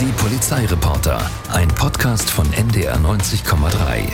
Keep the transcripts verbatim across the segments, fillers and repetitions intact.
Die Polizeireporter, ein Podcast von N D R neunzig Komma drei.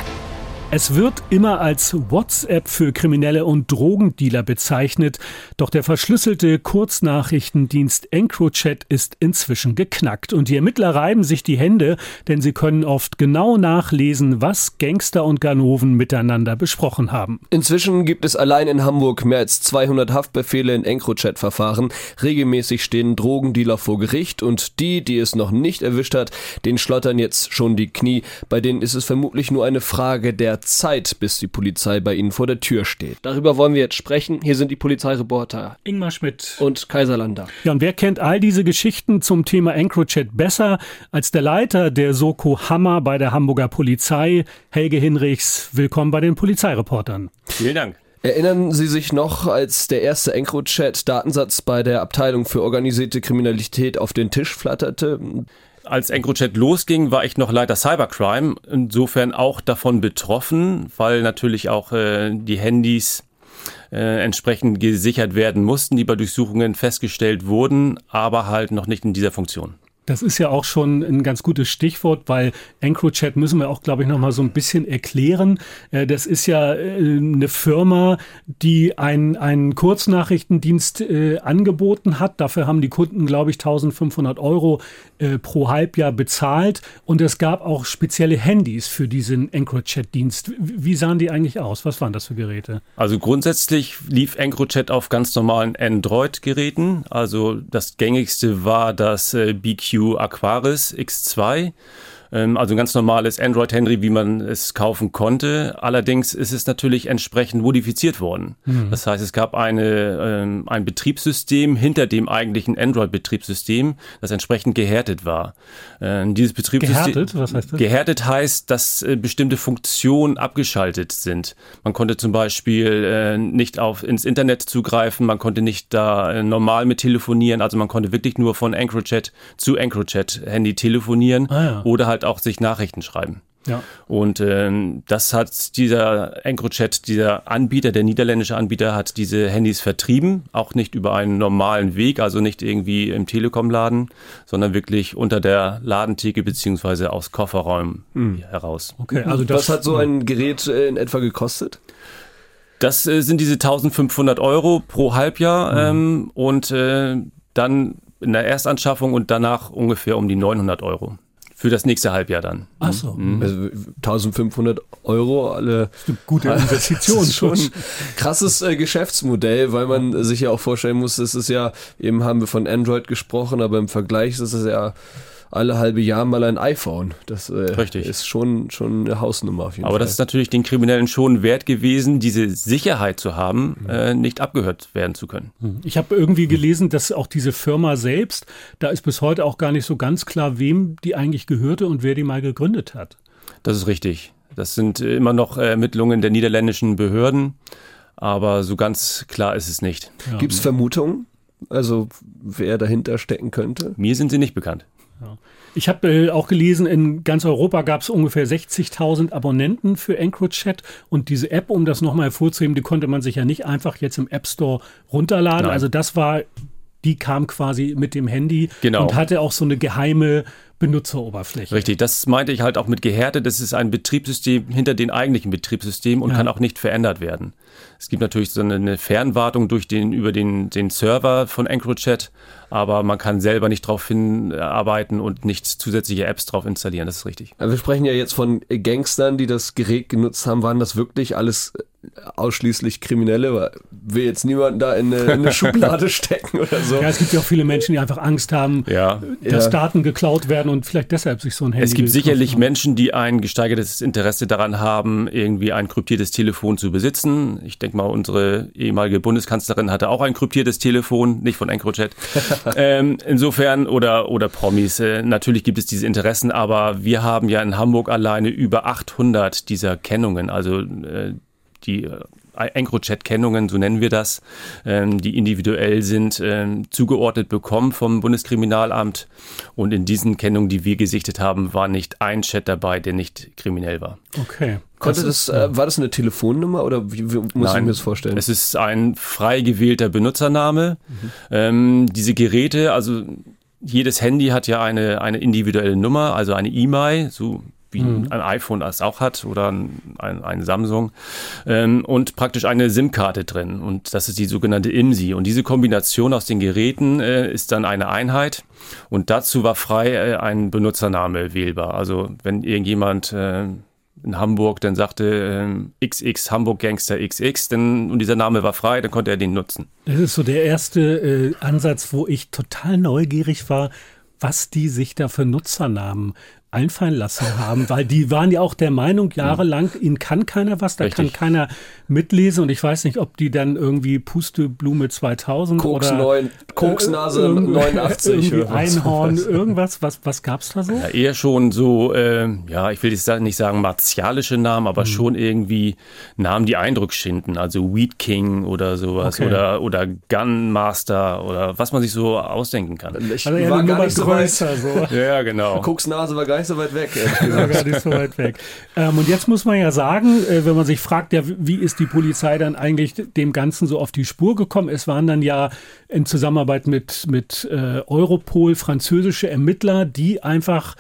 Es wird immer als WhatsApp für Kriminelle und Drogendealer bezeichnet, doch der verschlüsselte Kurznachrichtendienst EncroChat ist inzwischen geknackt und die Ermittler reiben sich die Hände, denn sie können oft genau nachlesen, was Gangster und Ganoven miteinander besprochen haben. Inzwischen gibt es allein in Hamburg mehr als zweihundert Haftbefehle in EncroChat-Verfahren. Regelmäßig stehen Drogendealer vor Gericht und die, die es noch nicht erwischt hat, denen schlottern jetzt schon die Knie. Bei denen ist es vermutlich nur eine Frage der Zeit, bis die Polizei bei ihnen vor der Tür steht. Darüber wollen wir jetzt sprechen. Hier sind die Polizeireporter Ingmar Schmidt und Kaiserlander. Ja, und wer kennt all diese Geschichten zum Thema EncroChat besser als der Leiter der Soko Hammer bei der Hamburger Polizei, Helge Hinrichs. Willkommen bei den Polizeireportern. Vielen Dank. Erinnern Sie sich noch, als der erste EncroChat-Datensatz bei der Abteilung für organisierte Kriminalität auf den Tisch flatterte? Als EncroChat losging, war ich noch Leiter Cybercrime, insofern auch davon betroffen, weil natürlich auch äh, die Handys äh, entsprechend gesichert werden mussten, die bei Durchsuchungen festgestellt wurden, aber halt noch nicht in dieser Funktion. Das ist ja auch schon ein ganz gutes Stichwort, weil EncroChat müssen wir auch, glaube ich, noch mal so ein bisschen erklären. Das ist ja eine Firma, die einen, einen Kurznachrichtendienst äh, angeboten hat. Dafür haben die Kunden, glaube ich, eintausendfünfhundert Euro äh, pro Halbjahr bezahlt. Und es gab auch spezielle Handys für diesen EncroChat-Dienst. Wie sahen die eigentlich aus? Was waren das für Geräte? Also grundsätzlich lief EncroChat auf ganz normalen Android-Geräten. Also das gängigste war das äh, B Q Aquaris X zwei, also ein ganz normales Android-Handy, wie man es kaufen konnte. Allerdings ist es natürlich entsprechend modifiziert worden. Mhm. Das heißt, es gab eine, ähm, ein Betriebssystem hinter dem eigentlichen Android-Betriebssystem, das entsprechend gehärtet war. Ähm, dieses Betriebssystem, gehärtet? Was heißt das? Gehärtet heißt, dass äh, bestimmte Funktionen abgeschaltet sind. Man konnte zum Beispiel äh, nicht auf ins Internet zugreifen, man konnte nicht da äh, normal mit telefonieren, also man konnte wirklich nur von EncroChat zu EncroChat-Handy telefonieren ah, ja. oder halt auch sich Nachrichten schreiben. Ja. Und ähm, das hat dieser EncroChat, dieser Anbieter, der niederländische Anbieter, hat diese Handys vertrieben, auch nicht über einen normalen Weg, also nicht irgendwie im Telekom-Laden, sondern wirklich unter der Ladentheke beziehungsweise aus Kofferräumen hm. heraus. Okay, also das, was hat so ein Gerät äh, in etwa gekostet? Das äh, sind diese eintausendfünfhundert Euro pro Halbjahr mhm. ähm, und äh, dann in der Erstanschaffung und danach ungefähr um die neunhundert Euro. Für das nächste Halbjahr dann. Ach so. Mhm. Also eintausendfünfhundert Euro, alle. Das ist eine gute Investition. Das ist schon ein krasses äh, Geschäftsmodell, weil man sich ja auch vorstellen muss, es ist ja, eben haben wir von Android gesprochen, aber im Vergleich ist es ja alle halbe Jahr mal ein iPhone. Das äh, ist schon, schon eine Hausnummer auf jeden Aber Fall. Aber das ist natürlich den Kriminellen schon wert gewesen, diese Sicherheit zu haben, mhm. äh, nicht abgehört werden zu können. Ich habe irgendwie gelesen, dass auch diese Firma selbst, da ist bis heute auch gar nicht so ganz klar, wem die eigentlich gehörte und wer die mal gegründet hat. Das ist richtig. Das sind immer noch Ermittlungen der niederländischen Behörden, aber so ganz klar ist es nicht. Ja. Gibt es Vermutungen, also wer dahinter stecken könnte? Mir sind sie nicht bekannt. Ja. Ich habe äh, auch gelesen, in ganz Europa gab es ungefähr sechzigtausend Abonnenten für EncroChat und diese App, um das nochmal hervorzuheben, die konnte man sich ja nicht einfach jetzt im App Store runterladen. Nein. Also das war, die kam quasi mit dem Handy genau. und hatte auch so eine geheime Benutzeroberfläche. Richtig, das meinte ich halt auch mit gehärtet. Das ist ein Betriebssystem hinter den eigentlichen Betriebssystemen und ja. kann auch nicht verändert werden. Es gibt natürlich so eine Fernwartung durch den, über den, den Server von EncroChat, aber man kann selber nicht drauf hinarbeiten und nicht zusätzliche Apps drauf installieren. Das ist richtig. Wir sprechen ja jetzt von Gangstern, die das Gerät genutzt haben. Waren das wirklich alles ausschließlich Kriminelle? Will jetzt niemand da in eine, in eine Schublade stecken oder so? Ja, es gibt ja auch viele Menschen, die einfach Angst haben, ja. dass ja. Daten geklaut werden und vielleicht deshalb sich so ein Handy. Es gibt sicherlich haben. Menschen, die ein gesteigertes Interesse daran haben, irgendwie ein kryptiertes Telefon zu besitzen. Ich denke mal, unsere ehemalige Bundeskanzlerin hatte auch ein kryptiertes Telefon, nicht von EncroChat. ähm, insofern, oder, oder Promis. Äh, natürlich gibt es diese Interessen, aber wir haben ja in Hamburg alleine über achthundert dieser Kennungen, also äh, die äh, EncroChat-Kennungen, so nennen wir das, ähm, die individuell sind, ähm, zugeordnet bekommen vom Bundeskriminalamt. Und in diesen Kennungen, die wir gesichtet haben, war nicht ein Chat dabei, der nicht kriminell war. Okay. Konnte das, äh, war das eine Telefonnummer oder wie, wie muss Nein, ich mir das vorstellen? Es ist ein frei gewählter Benutzername. Mhm. Ähm, diese Geräte, also jedes Handy hat ja eine, eine individuelle Nummer, also eine E M I, so wie mhm. ein iPhone das auch hat oder ein, ein, ein Samsung ähm, und praktisch eine SIM-Karte drin und das ist die sogenannte I M S I und diese Kombination aus den Geräten äh, ist dann eine Einheit und dazu war frei äh, ein Benutzername wählbar. Also wenn irgendjemand äh, in Hamburg dann sagte äh, X X Hamburg Gangster X X denn, und dieser Name war frei, dann konnte er den nutzen. Das ist so der erste äh, Ansatz, wo ich total neugierig war, was die sich da für Nutzernamen einfallen lassen haben, weil die waren ja auch der Meinung jahrelang, ihnen kann keiner was, da Richtig. kann keiner mitlesen und ich weiß nicht, ob die dann irgendwie Pusteblume zweitausend Koks oder neun, Koksnase äh, neunundachtzig. Irgendwie Einhorn, irgendwas, was, was gab's da so? Ja, eher schon so, äh, ja, ich will jetzt nicht sagen martialische Namen, aber mhm. schon irgendwie Namen, die Eindruck schinden, also Weed King oder sowas okay. oder, oder Gunmaster oder was man sich so ausdenken kann. Ich also war gar nicht so größer, so. Ja, genau. Koksnase war gar nicht so weit weg. War gar nicht so weit weg. Ähm, und jetzt muss man ja sagen, äh, wenn man sich fragt, ja, wie ist die Polizei dann eigentlich dem Ganzen so auf die Spur gekommen? Es waren dann ja in Zusammenarbeit mit, mit äh, Europol französische Ermittler, die einfach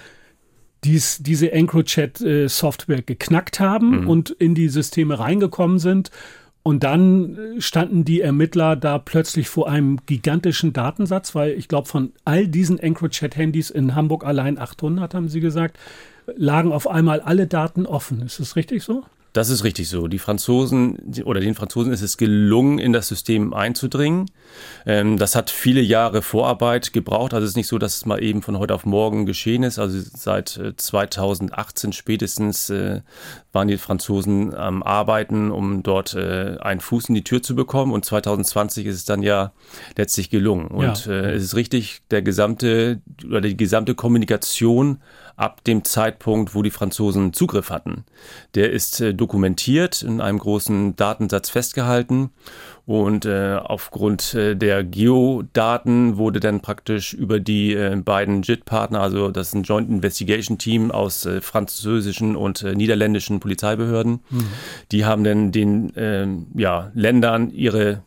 dies, diese EncroChat-Software geknackt haben mhm. und in die Systeme reingekommen sind. Und dann standen die Ermittler da plötzlich vor einem gigantischen Datensatz, weil ich glaube, von all diesen EncroChat-Handys in Hamburg allein achthundert, haben sie gesagt, lagen auf einmal alle Daten offen. Ist das richtig so? Das ist richtig so. Die Franzosen oder den Franzosen ist es gelungen, in das System einzudringen. Ähm, das hat viele Jahre Vorarbeit gebraucht. Also es ist nicht so, dass es mal eben von heute auf morgen geschehen ist. Also seit äh, zweitausendachtzehn spätestens äh, waren die Franzosen am Arbeiten, um dort äh, einen Fuß in die Tür zu bekommen. Und zweitausendzwanzig ist es dann ja letztlich gelungen. Und ja. äh, es ist richtig, der gesamte oder die gesamte Kommunikation ab dem Zeitpunkt, wo die Franzosen Zugriff hatten. Der ist äh, dokumentiert, in einem großen Datensatz festgehalten und äh, aufgrund äh, der Geodaten wurde dann praktisch über die äh, beiden J I T-Partner, also das ist ein Joint Investigation Team aus äh, französischen und äh, niederländischen Polizeibehörden, mhm. die haben dann den äh, ja, Ländern ihre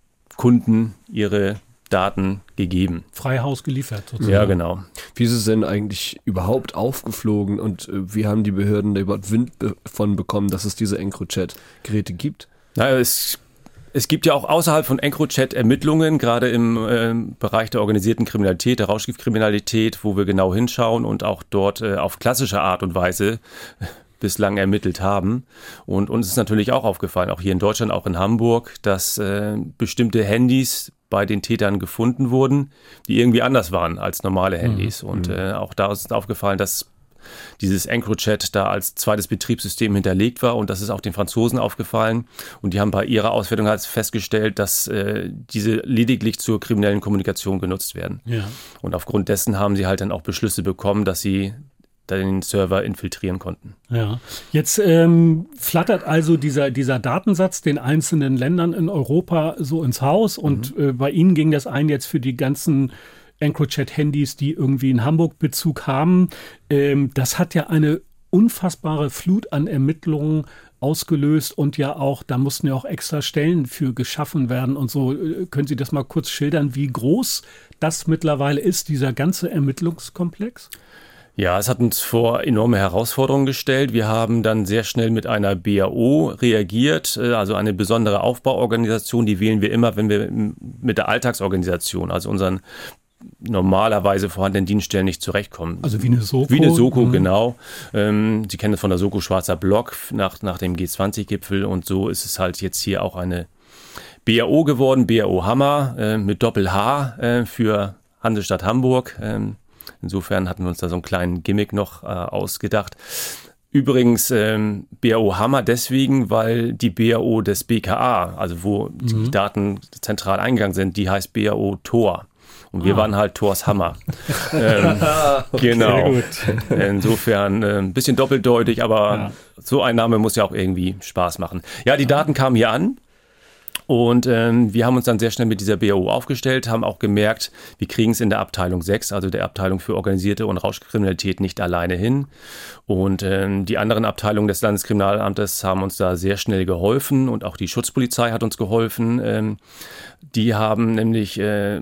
Kunden, ihre Daten gegeben. Frei Haus geliefert sozusagen. Ja, genau. Wie ist es denn eigentlich überhaupt aufgeflogen und äh, wie haben die Behörden da überhaupt Wind davon bekommen, dass es diese EncroChat-Geräte gibt? Naja, es, es gibt ja auch außerhalb von EncroChat Ermittlungen, gerade im äh, Bereich der organisierten Kriminalität, der Rauschgiftkriminalität, wo wir genau hinschauen und auch dort äh, auf klassische Art und Weise bislang ermittelt haben. Und uns ist natürlich auch aufgefallen, auch hier in Deutschland, auch in Hamburg, dass äh, bestimmte Handys bei den Tätern gefunden wurden, die irgendwie anders waren als normale Handys. Mhm. Und äh, auch da ist aufgefallen, dass dieses EncroChat da als zweites Betriebssystem hinterlegt war und das ist auch den Franzosen aufgefallen. Und die haben bei ihrer Auswertung halt festgestellt, dass äh, diese lediglich zur kriminellen Kommunikation genutzt werden. Ja. Und aufgrund dessen haben sie halt dann auch Beschlüsse bekommen, dass sie den Server infiltrieren konnten. Ja, jetzt ähm, flattert also dieser, dieser Datensatz den einzelnen Ländern in Europa so ins Haus und mhm. äh, bei Ihnen ging das ein jetzt für die ganzen EncroChat-Handys, die irgendwie in Hamburg Bezug haben. Ähm, das hat ja eine unfassbare Flut an Ermittlungen ausgelöst und ja auch, da mussten ja auch extra Stellen für geschaffen werden und so. Können Sie das mal kurz schildern, wie groß das mittlerweile ist, dieser ganze Ermittlungskomplex? Ja, es hat uns vor enorme Herausforderungen gestellt. Wir haben dann sehr schnell mit einer B A O reagiert, also eine besondere Aufbauorganisation, die wählen wir immer, wenn wir mit der Alltagsorganisation, also unseren normalerweise vorhandenen Dienststellen nicht zurechtkommen. Also wie eine Soko? Wie eine Soko, mhm. genau. Ähm, Sie kennen das von der Soko Schwarzer Block nach, nach dem G zwanzig Gipfel und so ist es halt jetzt hier auch eine B A O geworden, B A O Hammer äh, mit Doppel-H äh, für Hansestadt Hamburg. Ähm, Insofern hatten wir uns da so einen kleinen Gimmick noch äh, ausgedacht. Übrigens ähm, B A O Hammer deswegen, weil die B A O des B K A, also wo mhm. die Daten zentral eingegangen sind, die heißt B A O Tor. Und wir ah. waren halt Thors Hammer. ähm, okay, genau. Gut. Insofern äh, ein bisschen doppeldeutig, aber ja. so ein Name muss ja auch irgendwie Spaß machen. Ja, die Daten kamen hier an. Und ähm, wir haben uns dann sehr schnell mit dieser B A O aufgestellt, haben auch gemerkt, wir kriegen es in der Abteilung sechs, also der Abteilung für organisierte und Rauschkriminalität, nicht alleine hin. Und ähm, die anderen Abteilungen des Landeskriminalamtes haben uns da sehr schnell geholfen und auch die Schutzpolizei hat uns geholfen. Ähm, die haben nämlich äh,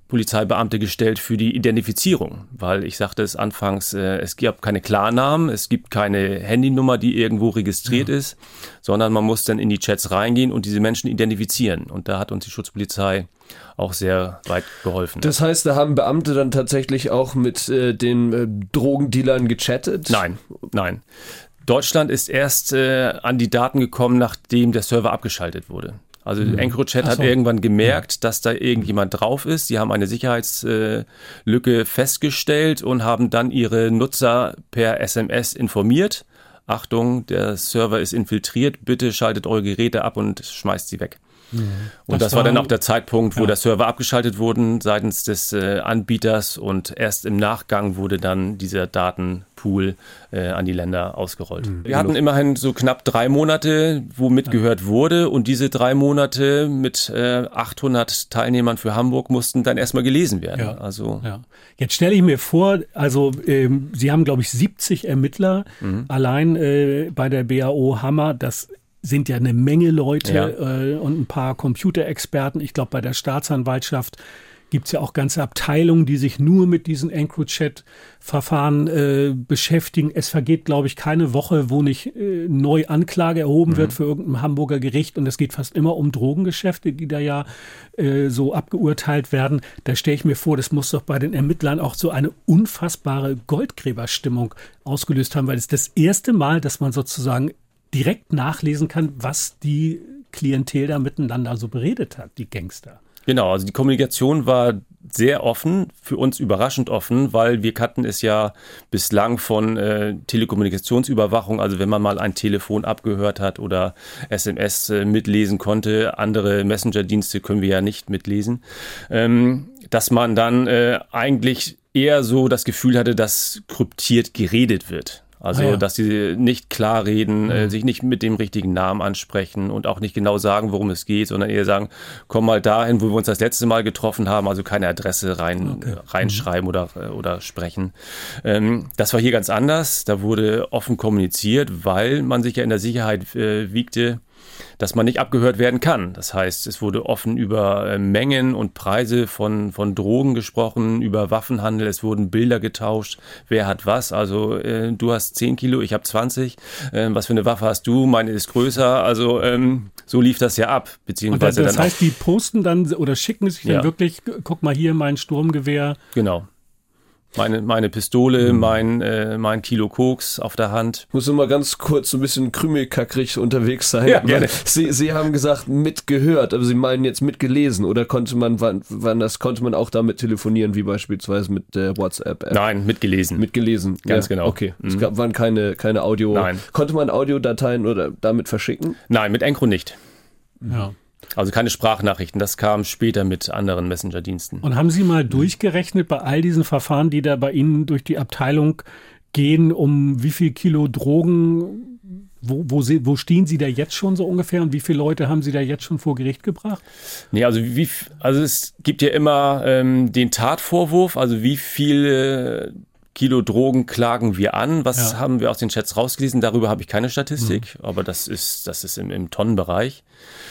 Polizeibeamte gestellt für die Identifizierung, weil ich sagte es anfangs, äh, es gibt keine Klarnamen, es gibt keine Handynummer, die irgendwo registriert ja. ist, sondern man muss dann in die Chats reingehen und diese Menschen identifizieren. Und da hat uns die Schutzpolizei auch sehr weit geholfen. Das heißt, da haben Beamte dann tatsächlich auch mit äh, den äh, Drogendealern gechattet? Nein, nein. Deutschland ist erst äh, an die Daten gekommen, nachdem der Server abgeschaltet wurde. Also mhm. EncroChat so. hat irgendwann gemerkt, ja. dass da irgendjemand drauf ist. Sie haben eine Sicherheitslücke äh, festgestellt und haben dann ihre Nutzer per S M S informiert. Achtung, der Server ist infiltriert, bitte schaltet eure Geräte ab und schmeißt sie weg. Mhm. Und das, das war dann auch der Zeitpunkt, wo ja. der Server abgeschaltet wurde seitens des äh, Anbieters und erst im Nachgang wurde dann dieser Datenpool äh, an die Länder ausgerollt. Mhm. Wir hatten immerhin so knapp drei Monate, wo mitgehört ja. wurde und diese drei Monate mit äh, achthundert Teilnehmern für Hamburg mussten dann erstmal gelesen werden. Ja. Also ja. Jetzt stelle ich mir vor, also ähm, Sie haben glaube ich siebzig Ermittler mhm. allein äh, bei der B A O Hammer, das sind ja eine Menge Leute ja. äh, und ein paar Computerexperten. Ich glaube, bei der Staatsanwaltschaft gibt es ja auch ganze Abteilungen, die sich nur mit diesen EncroChat-Verfahren äh, beschäftigen. Es vergeht, glaube ich, keine Woche, wo nicht äh, neu Anklage erhoben mhm. wird für irgendein Hamburger Gericht. Und es geht fast immer um Drogengeschäfte, die da ja äh, so abgeurteilt werden. Da stelle ich mir vor, das muss doch bei den Ermittlern auch so eine unfassbare Goldgräberstimmung ausgelöst haben, weil es das erste Mal, dass man sozusagen direkt nachlesen kann, was die Klientel da miteinander so beredet hat, die Gangster. Genau, also die Kommunikation war sehr offen, für uns überraschend offen, weil wir kannten es ja bislang von äh, Telekommunikationsüberwachung, also wenn man mal ein Telefon abgehört hat oder S M S äh, mitlesen konnte, andere Messenger-Dienste können wir ja nicht mitlesen, ähm, dass man dann äh, eigentlich eher so das Gefühl hatte, dass kryptiert geredet wird. Also, ah ja. dass sie nicht klar reden, mhm. äh, sich nicht mit dem richtigen Namen ansprechen und auch nicht genau sagen, worum es geht, sondern eher sagen, komm mal dahin, wo wir uns das letzte Mal getroffen haben, also keine Adresse rein, okay. reinschreiben mhm. oder, oder sprechen. Ähm, das war hier ganz anders. Da wurde offen kommuniziert, weil man sich ja in der Sicherheit äh, wiegte, dass man nicht abgehört werden kann. Das heißt, es wurde offen über Mengen und Preise von, von Drogen gesprochen, über Waffenhandel, es wurden Bilder getauscht, wer hat was. Also äh, du hast zehn Kilo, ich habe zwanzig. Äh, was für eine Waffe hast du? Meine ist größer. Also ähm, so lief das ja ab. Beziehungsweise und das, das dann heißt, die posten dann oder schicken sich dann ja. wirklich, guck mal hier, mein Sturmgewehr. Genau. Meine, meine Pistole, mein, äh, mein Kilo Koks auf der Hand. Ich muss nur mal ganz kurz so ein bisschen krümelkackrig unterwegs sein. Ja, gerne. Sie, Sie haben gesagt, mitgehört, aber Sie meinen jetzt mitgelesen oder konnte man, wann, wann das konnte man auch damit telefonieren, wie beispielsweise mit der WhatsApp-App? Nein, mitgelesen. Mitgelesen. Ganz ja, genau. Okay. Mhm. Es gab, waren keine, keine Audio. Nein. Konnte man Audiodateien oder damit verschicken? Nein, mit Encro nicht. Ja. Also keine Sprachnachrichten, das kam später mit anderen Messenger-Diensten. Und haben Sie mal durchgerechnet bei all diesen Verfahren, die da bei Ihnen durch die Abteilung gehen, um wie viel Kilo Drogen, wo, wo, Sie, wo stehen Sie da jetzt schon so ungefähr und wie viele Leute haben Sie da jetzt schon vor Gericht gebracht? Nee, also, wie, also es gibt ja immer ähm, den Tatvorwurf, also wie viele Kilo Drogen klagen wir an, was ja. haben wir aus den Chats rausgelesen, darüber habe ich keine Statistik, mhm. aber das ist, das ist im, im Tonnenbereich.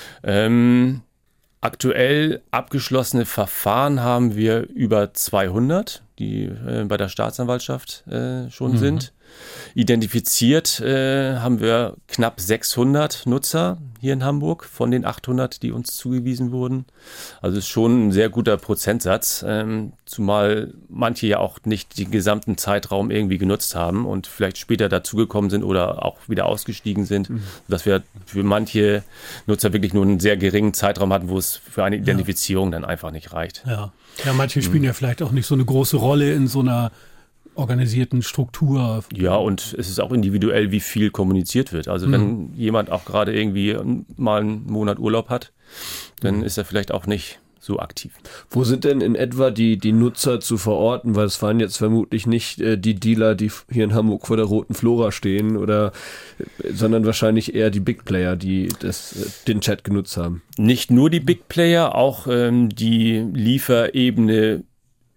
Ähm, aktuell abgeschlossene Verfahren haben wir über zweihundert, die äh, bei der Staatsanwaltschaft äh, schon mhm. sind. Identifiziert äh, haben wir knapp sechshundert Nutzer hier in Hamburg von den achthundert, die uns zugewiesen wurden. Also ist schon ein sehr guter Prozentsatz, ähm, zumal manche ja auch nicht den gesamten Zeitraum irgendwie genutzt haben und vielleicht später dazugekommen sind oder auch wieder ausgestiegen sind, mhm. sodass wir für manche Nutzer wirklich nur einen sehr geringen Zeitraum hatten, wo es für eine Identifizierung ja. dann einfach nicht reicht. Ja, ja manche spielen mhm. ja vielleicht auch nicht so eine große Rolle in so einer organisierten Struktur. Ja, und es ist auch individuell, wie viel kommuniziert wird. Also mhm. wenn jemand auch gerade irgendwie mal einen Monat Urlaub hat, dann mhm. ist er vielleicht auch nicht so aktiv. Wo sind denn in etwa die, die Nutzer zu verorten? Weil es waren jetzt vermutlich nicht äh, die Dealer, die hier in Hamburg vor der Roten Flora stehen, oder, sondern wahrscheinlich eher die Big Player, die das, äh, den Chat genutzt haben. Nicht nur die Big Player, auch ähm, die Lieferebene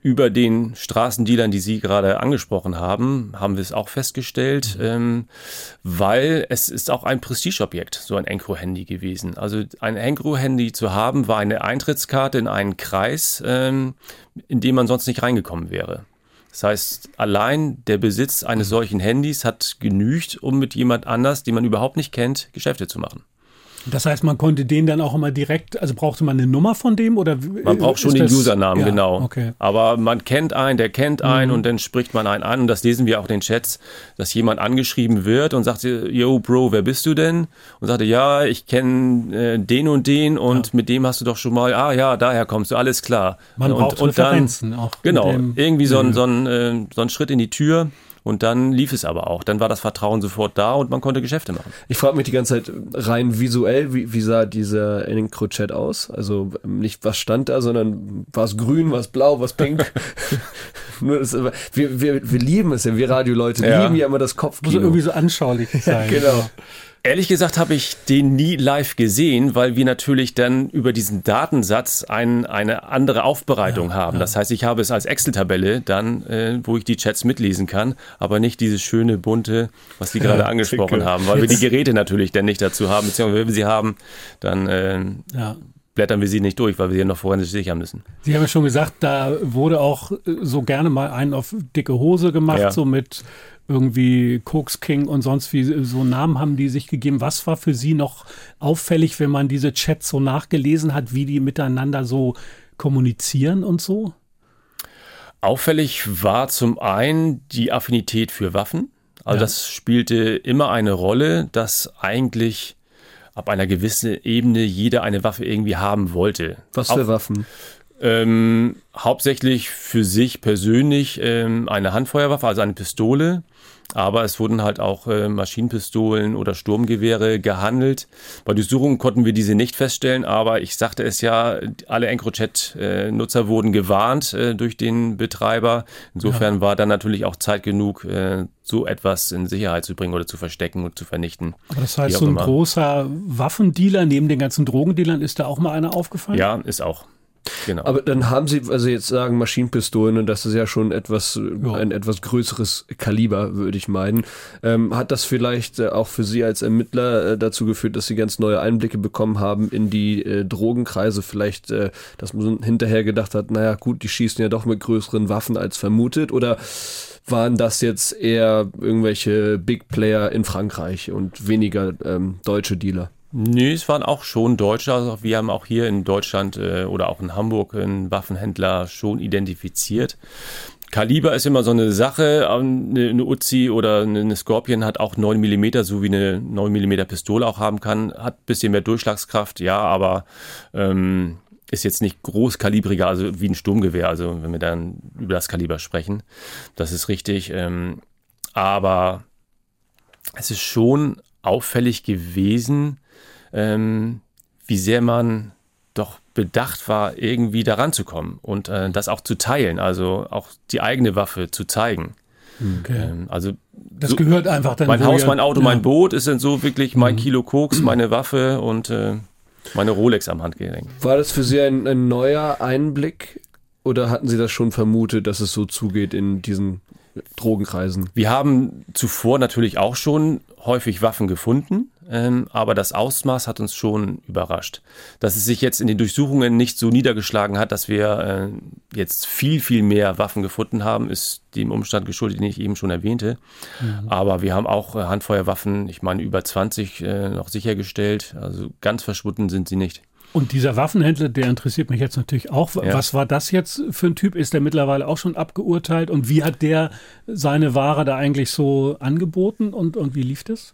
über den Straßendealern, die Sie gerade angesprochen haben, haben wir es auch festgestellt, mhm. ähm, weil es ist auch ein Prestigeobjekt, so ein Encro-Handy gewesen. Also ein Encro-Handy zu haben, war eine Eintrittskarte in einen Kreis, ähm, in den man sonst nicht reingekommen wäre. Das heißt, allein der Besitz eines solchen Handys hat genügt, um mit jemand anders, den man überhaupt nicht kennt, Geschäfte zu machen. Das heißt, man konnte den dann auch immer direkt, also brauchte man eine Nummer von dem? Oder man braucht schon den das, Usernamen, ja, genau. Okay. Aber man kennt einen, der kennt einen mhm. und dann spricht man einen an. Und das lesen wir auch in den Chats, dass jemand angeschrieben wird und sagt, yo Bro, wer bist du denn? Und sagte, ja, ich kenne äh, den und den und ja. mit dem hast du doch schon mal, ah ja, daher kommst du, alles klar. Man und, braucht und Referenzen dann, auch. Genau, dem, irgendwie so ein, so, ein, äh, so ein Schritt in die Tür. Und dann lief es aber auch. Dann war das Vertrauen sofort da und man konnte Geschäfte machen. Ich frage mich die ganze Zeit rein visuell, wie, wie sah dieser Encrochat aus? Also nicht, was stand da, sondern war es grün, war es blau, war es pink? Nur das, wir, wir, wir lieben es ja, wir Radioleute ja. lieben ja immer das Kopfkino. Muss irgendwie so anschaulich sein. Ja, genau. Ehrlich gesagt habe ich den nie live gesehen, weil wir natürlich dann über diesen Datensatz ein, eine andere Aufbereitung ja, haben. Ja. Das heißt, ich habe es als Excel-Tabelle dann, äh, wo ich die Chats mitlesen kann, aber nicht dieses schöne, bunte, was Sie ja, gerade angesprochen Zicke. haben, weil Jetzt. wir die Geräte natürlich dann nicht dazu haben, beziehungsweise wenn wir sie haben, dann äh, ja. blättern wir sie nicht durch, weil wir sie ja noch forensisch sichern müssen. Sie haben ja schon gesagt, da wurde auch so gerne mal einen auf dicke Hose gemacht, ja. so mit irgendwie Koks King und sonst wie, so Namen haben die sich gegeben. Was war für Sie noch auffällig, wenn man diese Chats so nachgelesen hat, wie die miteinander so kommunizieren und so? Auffällig war zum einen die Affinität für Waffen. Also ja. das spielte immer eine Rolle, dass eigentlich ab einer gewissen Ebene jeder eine Waffe irgendwie haben wollte. Was für Auch, Waffen? Ähm, hauptsächlich für sich persönlich ähm, eine Handfeuerwaffe, also eine Pistole. Aber es wurden halt auch äh, Maschinenpistolen oder Sturmgewehre gehandelt. Bei Durchsuchungen konnten wir diese nicht feststellen, aber ich sagte es ja, alle Encrochat-Nutzer wurden gewarnt äh, durch den Betreiber. Insofern ja. war dann natürlich auch Zeit genug, äh, so etwas in Sicherheit zu bringen oder zu verstecken und zu vernichten. Aber das heißt, so ein immer. großer Waffendealer neben den ganzen Drogendealern, ist da auch mal einer aufgefallen? Ja, ist auch. Genau. Aber dann haben Sie, also jetzt sagen Maschinenpistolen, und das ist ja schon etwas, ja. ein etwas größeres Kaliber, würde ich meinen. Ähm, hat das vielleicht auch für Sie als Ermittler äh, dazu geführt, dass Sie ganz neue Einblicke bekommen haben in die äh, Drogenkreise? Vielleicht, äh, dass man hinterher gedacht hat, naja gut, die schießen ja doch mit größeren Waffen als vermutet, oder waren das jetzt eher irgendwelche Big Player in Frankreich und weniger ähm, deutsche Dealer? Nee, es waren auch schon Deutsche. Also wir haben auch hier in Deutschland äh, oder auch in Hamburg einen Waffenhändler schon identifiziert. Kaliber ist immer so eine Sache. Eine, eine Uzi oder eine Scorpion hat auch neun Millimeter, so wie eine neun Millimeter Pistole auch haben kann. Hat ein bisschen mehr Durchschlagskraft, ja, aber ähm, ist jetzt nicht großkalibriger, also wie ein Sturmgewehr, also wenn wir dann über das Kaliber sprechen. Das ist richtig. Ähm, aber es ist schon auffällig gewesen, Ähm, wie sehr man doch bedacht war, irgendwie daran zu kommen und äh, das auch zu teilen, also auch die eigene Waffe zu zeigen. Okay. Ähm, also das so, gehört einfach dann. Mein Haus, ja, mein Auto, ja. mein Boot ist dann so wirklich mein mhm. Kilo Koks, meine Waffe und äh, meine Rolex am Handgelenk. War das für Sie ein, ein neuer Einblick oder hatten Sie das schon vermutet, dass es so zugeht in diesen Drogenkreisen? Wir haben zuvor natürlich auch schon häufig Waffen gefunden, ähm, aber das Ausmaß hat uns schon überrascht. Dass es sich jetzt in den Durchsuchungen nicht so niedergeschlagen hat, dass wir äh, jetzt viel, viel mehr Waffen gefunden haben, ist dem Umstand geschuldet, den ich eben schon erwähnte. Mhm. Aber wir haben auch äh, Handfeuerwaffen, ich meine über zwanzig äh, noch sichergestellt, also ganz verschwunden sind sie nicht. Und dieser Waffenhändler, der interessiert mich jetzt natürlich auch. Ja. Was war das jetzt für ein Typ? Ist der mittlerweile auch schon abgeurteilt? Und wie hat der seine Ware da eigentlich so angeboten? Und, und wie lief das?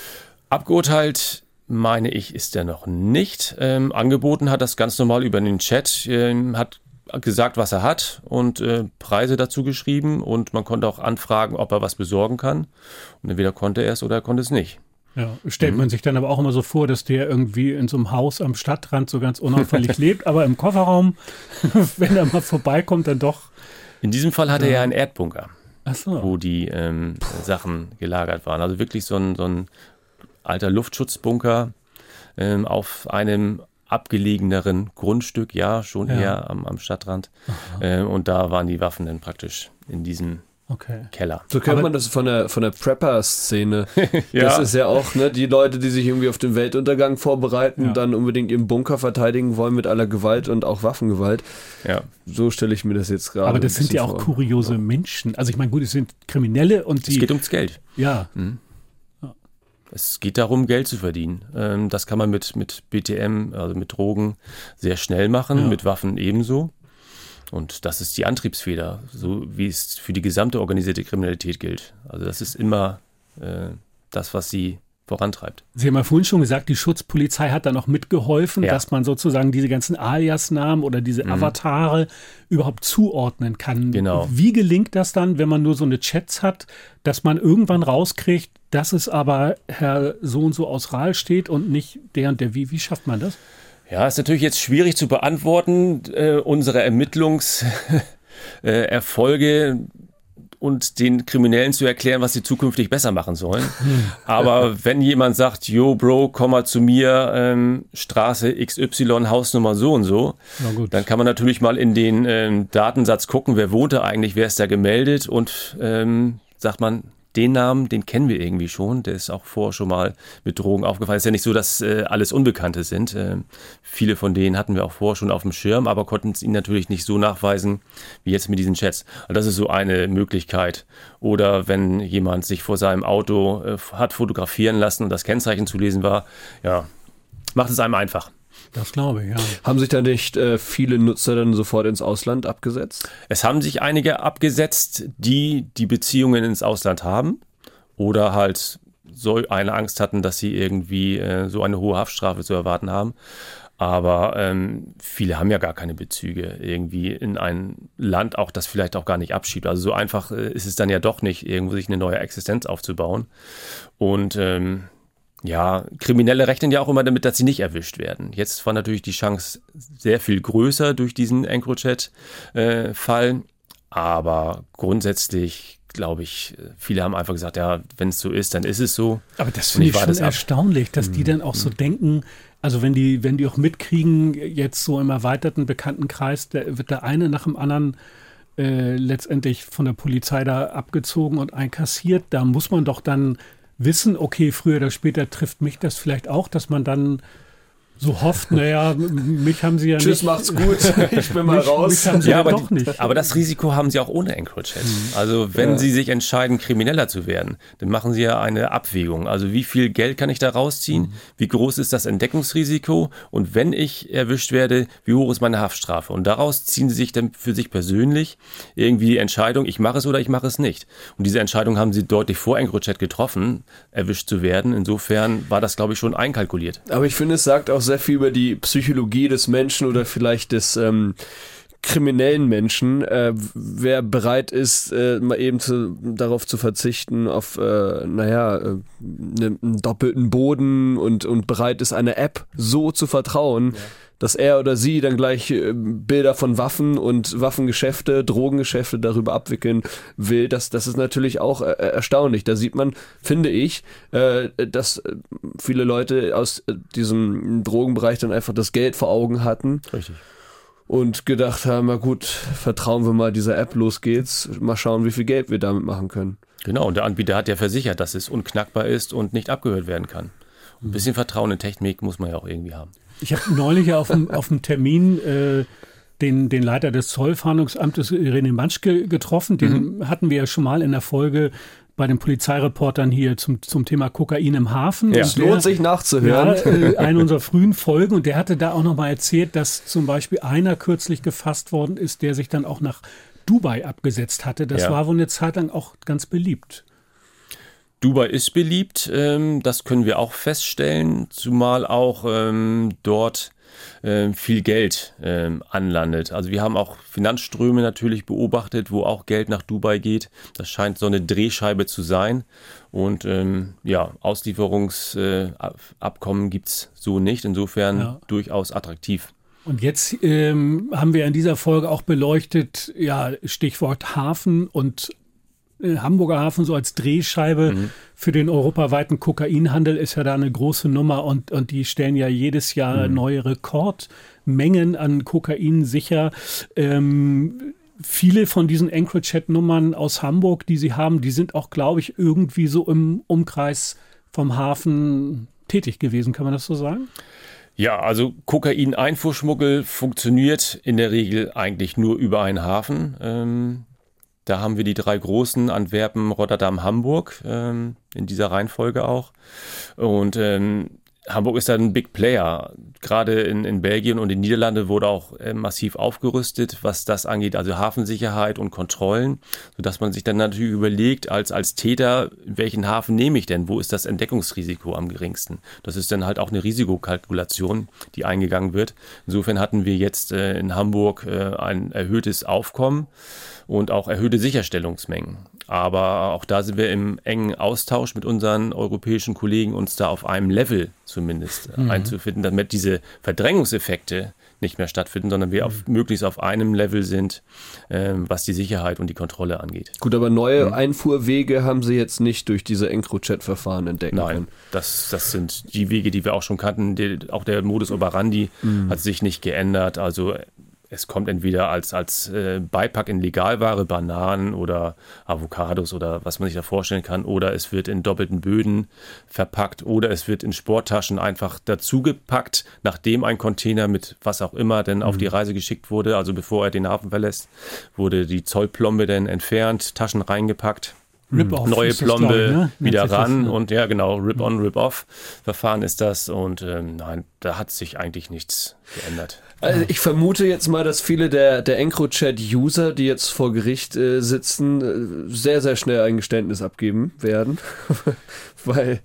Abgeurteilt, meine ich, ist er noch nicht. Ähm, angeboten hat das ganz normal über den Chat, ähm, hat gesagt, was er hat und äh, Preise dazu geschrieben. Und man konnte auch anfragen, ob er was besorgen kann. Und entweder konnte er es oder er konnte es nicht. Ja, stellt man sich dann aber auch immer so vor, dass der irgendwie in so einem Haus am Stadtrand so ganz unauffällig lebt, aber im Kofferraum, wenn er mal vorbeikommt, dann doch. In diesem Fall hatte ja. er einen Erdbunker, Ach so. wo die ähm, Sachen gelagert waren. Also wirklich so ein, so ein alter Luftschutzbunker ähm, auf einem abgelegeneren Grundstück, ja, schon Ja. eher am, am Stadtrand. Äh, und da waren die Waffen dann praktisch in diesem Okay. Keller. So kennt Aber- man das von der, von der Prepper-Szene. Ja. Das ist ja auch, ne, die Leute, die sich irgendwie auf den Weltuntergang vorbereiten, Ja. dann unbedingt ihren Bunker verteidigen wollen mit aller Gewalt und auch Waffengewalt. Ja. So stelle ich mir das jetzt gerade Aber das ein sind bisschen ja auch vor. kuriose Menschen. Also ich meine, gut, es sind Kriminelle und Es die... geht ums Geld. ja, Es geht darum, Geld zu verdienen. Ähm, das kann man mit, mit B T M, also mit Drogen, sehr schnell machen, Ja. mit Waffen ebenso. Und das ist die Antriebsfeder, so wie es für die gesamte organisierte Kriminalität gilt. Also das ist immer äh, das, was sie vorantreibt. Sie haben ja vorhin schon gesagt, die Schutzpolizei hat da noch mitgeholfen, Ja. dass man sozusagen diese ganzen Alias-Namen oder diese Avatare überhaupt zuordnen kann. Genau. Wie gelingt das dann, wenn man nur so eine Chats hat, dass man irgendwann rauskriegt, dass es aber Herr so und so aus Rahl steht und nicht der und der? Wie, wie schafft man das? Ja, ist natürlich jetzt schwierig zu beantworten, äh, unsere Ermittlungserfolge äh, Erfolge und den Kriminellen zu erklären, was sie zukünftig besser machen sollen. Aber wenn jemand sagt, yo Bro, komm mal zu mir, ähm, Straße X Y, Hausnummer so und so, Na gut. dann kann man natürlich mal in den ähm, Datensatz gucken, wer wohnt da eigentlich, wer ist da gemeldet und ähm, sagt man, den Namen, den kennen wir irgendwie schon, der ist auch vorher schon mal mit Drogen aufgefallen. Es ist ja nicht so, dass äh, alles Unbekannte sind. Ähm, viele von denen hatten wir auch vorher schon auf dem Schirm, aber konnten es ihnen natürlich nicht so nachweisen, wie jetzt mit diesen Chats. Also das ist so eine Möglichkeit. Oder wenn jemand sich vor seinem Auto äh, hat fotografieren lassen und das Kennzeichen zu lesen war, ja, macht es einem einfach. Das glaube ich, ja. Haben sich da nicht äh, viele Nutzer dann sofort ins Ausland abgesetzt? Es haben sich einige abgesetzt, die die Beziehungen ins Ausland haben oder halt so eine Angst hatten, dass sie irgendwie äh, so eine hohe Haftstrafe zu erwarten haben. Aber ähm, viele haben ja gar keine Bezüge irgendwie in ein Land, auch das vielleicht auch gar nicht abschiebt. Also so einfach äh, ist es dann ja doch nicht, irgendwo sich eine neue Existenz aufzubauen. Und ähm, ja, Kriminelle rechnen ja auch immer damit, dass sie nicht erwischt werden. Jetzt war natürlich die Chance sehr viel größer durch diesen EncroChat-Fall. Aber grundsätzlich, glaube ich, viele haben einfach gesagt, ja, wenn es so ist, dann ist es so. Aber das Und finde ich ich warte schon es ab. erstaunlich, dass die dann auch so denken, also wenn die, wenn die auch mitkriegen, jetzt so im erweiterten Bekanntenkreis, da wird der eine nach dem anderen äh, letztendlich von der Polizei da abgezogen und einkassiert, da muss man doch dann wissen, okay, früher oder später trifft mich das vielleicht auch, dass man dann so hofft, naja, mich haben sie ja Tschüss, nicht. macht's gut, ich bin mal mich, raus. Mich haben sie Ja, ja, aber, doch die, nicht. aber das Risiko haben sie auch ohne EncroChat. Also wenn Ja. sie sich entscheiden, krimineller zu werden, dann machen sie ja eine Abwägung. Also wie viel Geld kann ich da rausziehen? Wie groß ist das Entdeckungsrisiko? Und wenn ich erwischt werde, wie hoch ist meine Haftstrafe? Und daraus ziehen sie sich dann für sich persönlich irgendwie die Entscheidung, ich mache es oder ich mache es nicht. Und diese Entscheidung haben sie deutlich vor EncroChat getroffen, erwischt zu werden. Insofern war das, glaube ich, schon einkalkuliert. Aber ich finde, es sagt auch sehr viel über die Psychologie des Menschen oder vielleicht des ähm, kriminellen Menschen, äh, wer bereit ist, äh, mal eben zu, darauf zu verzichten, auf, äh, naja, äh, ne, einen doppelten Boden und, und bereit ist, einer App so zu vertrauen, ja, dass er oder sie dann gleich äh, Bilder von Waffen und Waffengeschäfte, Drogengeschäfte darüber abwickeln will. Das, das ist natürlich auch äh, erstaunlich. Da sieht man, finde ich, äh, dass viele Leute aus diesem Drogenbereich dann einfach das Geld vor Augen hatten. Richtig. Und gedacht haben, na gut, vertrauen wir mal dieser App, los geht's, mal schauen, wie viel Geld wir damit machen können. Genau, und der Anbieter hat ja versichert, dass es unknackbar ist und nicht abgehört werden kann. Ein bisschen Vertrauen in Technik muss man ja auch irgendwie haben. Ich habe neulich auf dem, auf dem Termin äh, den, den Leiter des Zollfahndungsamtes, René Manschke, getroffen. Den mhm. hatten wir ja schon mal in der Folge bei den Polizeireportern hier zum, zum Thema Kokain im Hafen. Ja. Es lohnt sich nachzuhören. Ja, äh, eine unserer frühen Folgen. Und der hatte da auch noch mal erzählt, dass zum Beispiel einer kürzlich gefasst worden ist, der sich dann auch nach Dubai abgesetzt hatte. Das ja. war wohl eine Zeit lang auch ganz beliebt. Dubai ist beliebt, ähm, das können wir auch feststellen, zumal auch ähm, dort ähm, viel Geld ähm, anlandet. Also wir haben auch Finanzströme natürlich beobachtet, wo auch Geld nach Dubai geht. Das scheint so eine Drehscheibe zu sein. Und ähm, ja, Auslieferungsabkommen äh, gibt es so nicht. Insofern ja. durchaus attraktiv. Und jetzt ähm, haben wir in dieser Folge auch beleuchtet, ja, Stichwort Hafen und äh, Hamburger Hafen so als Drehscheibe mhm. für den europaweiten Kokainhandel ist ja da eine große Nummer und, und die stellen ja jedes Jahr mhm. neue Rekordmengen an Kokain sicher. Ähm, viele von diesen EncroChat-Nummern aus Hamburg, die sie haben, die sind auch, glaube ich, irgendwie so im Umkreis vom Hafen tätig gewesen. Kann man das so sagen? Ja, also Kokain-Einfuhrschmuggel funktioniert in der Regel eigentlich nur über einen Hafen. Ähm, da haben wir die drei großen, Antwerpen, Rotterdam, Hamburg, ähm, in dieser Reihenfolge auch. Und ähm, Hamburg ist da ein Big Player. Gerade in, in Belgien und in den Niederlanden wurde auch äh, massiv aufgerüstet, was das angeht, also Hafensicherheit und Kontrollen, sodass man sich dann natürlich überlegt, als, als Täter, welchen Hafen nehme ich denn? Wo ist das Entdeckungsrisiko am geringsten? Das ist dann halt auch eine Risikokalkulation, die eingegangen wird. Insofern hatten wir jetzt äh, in Hamburg äh, ein erhöhtes Aufkommen und auch erhöhte Sicherstellungsmengen. Aber auch da sind wir im engen Austausch mit unseren europäischen Kollegen, uns da auf einem Level zumindest mhm. einzufinden, damit diese Verdrängungseffekte nicht mehr stattfinden, sondern wir auf, möglichst auf einem Level sind, ähm, was die Sicherheit und die Kontrolle angeht. Gut, aber neue mhm. Einfuhrwege haben Sie jetzt nicht durch diese EncroChat-Verfahren entdecken Nein, können? das, das sind die Wege, die wir auch schon kannten. Die, auch der Modus operandi mhm. hat sich nicht geändert. Also es kommt entweder als, als äh, Beipack in Legalware, Bananen oder Avocados oder was man sich da vorstellen kann, oder es wird in doppelten Böden verpackt oder es wird in Sporttaschen einfach dazugepackt, nachdem ein Container mit was auch immer denn mhm. auf die Reise geschickt wurde, also bevor er den Hafen verlässt, wurde die Zollplombe dann entfernt, Taschen reingepackt. Rip-off neue Plombe das, ich, ne? wieder ran und ja genau, Rip-on, Rip-off-Verfahren ist das und ähm, nein, da hat sich eigentlich nichts geändert. Also ich vermute jetzt mal, dass viele der, der EncroChat-User, die jetzt vor Gericht äh, sitzen, äh, sehr, sehr schnell ein Geständnis abgeben werden, weil...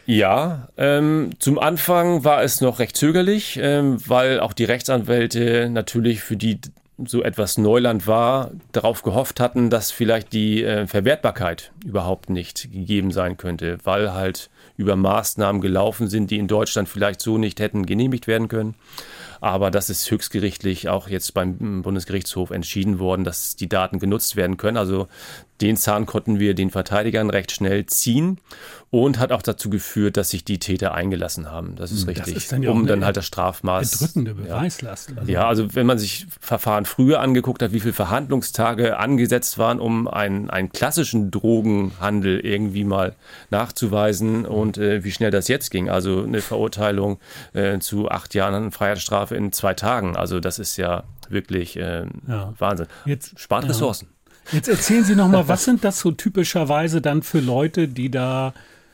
Ja, ähm, zum Anfang war es noch recht zögerlich, ähm, weil auch die Rechtsanwälte natürlich für die so etwas Neuland war, darauf gehofft hatten, dass vielleicht die äh, Verwertbarkeit überhaupt nicht gegeben sein könnte, weil halt über Maßnahmen gelaufen sind, die in Deutschland vielleicht so nicht hätten genehmigt werden können. Aber das ist höchstgerichtlich auch jetzt beim Bundesgerichtshof entschieden worden, dass die Daten genutzt werden können. Also den Zahn konnten wir den Verteidigern recht schnell ziehen und hat auch dazu geführt, dass sich die Täter eingelassen haben. Das ist richtig, das ist dann ja um dann halt das Strafmaß. Bedrückende Beweislast. Ja. Also. ja, also wenn man sich Verfahren früher angeguckt hat, wie viele Verhandlungstage angesetzt waren, um einen, einen klassischen Drogenhandel irgendwie mal nachzuweisen und äh, wie schnell das jetzt ging. Also eine Verurteilung äh, zu acht Jahren Freiheitsstrafe in zwei Tagen. Also das ist ja wirklich äh, ja. Wahnsinn. Jetzt, Spart ja. Ressourcen. Jetzt erzählen Sie noch mal, was sind das so typischerweise dann für Leute, die da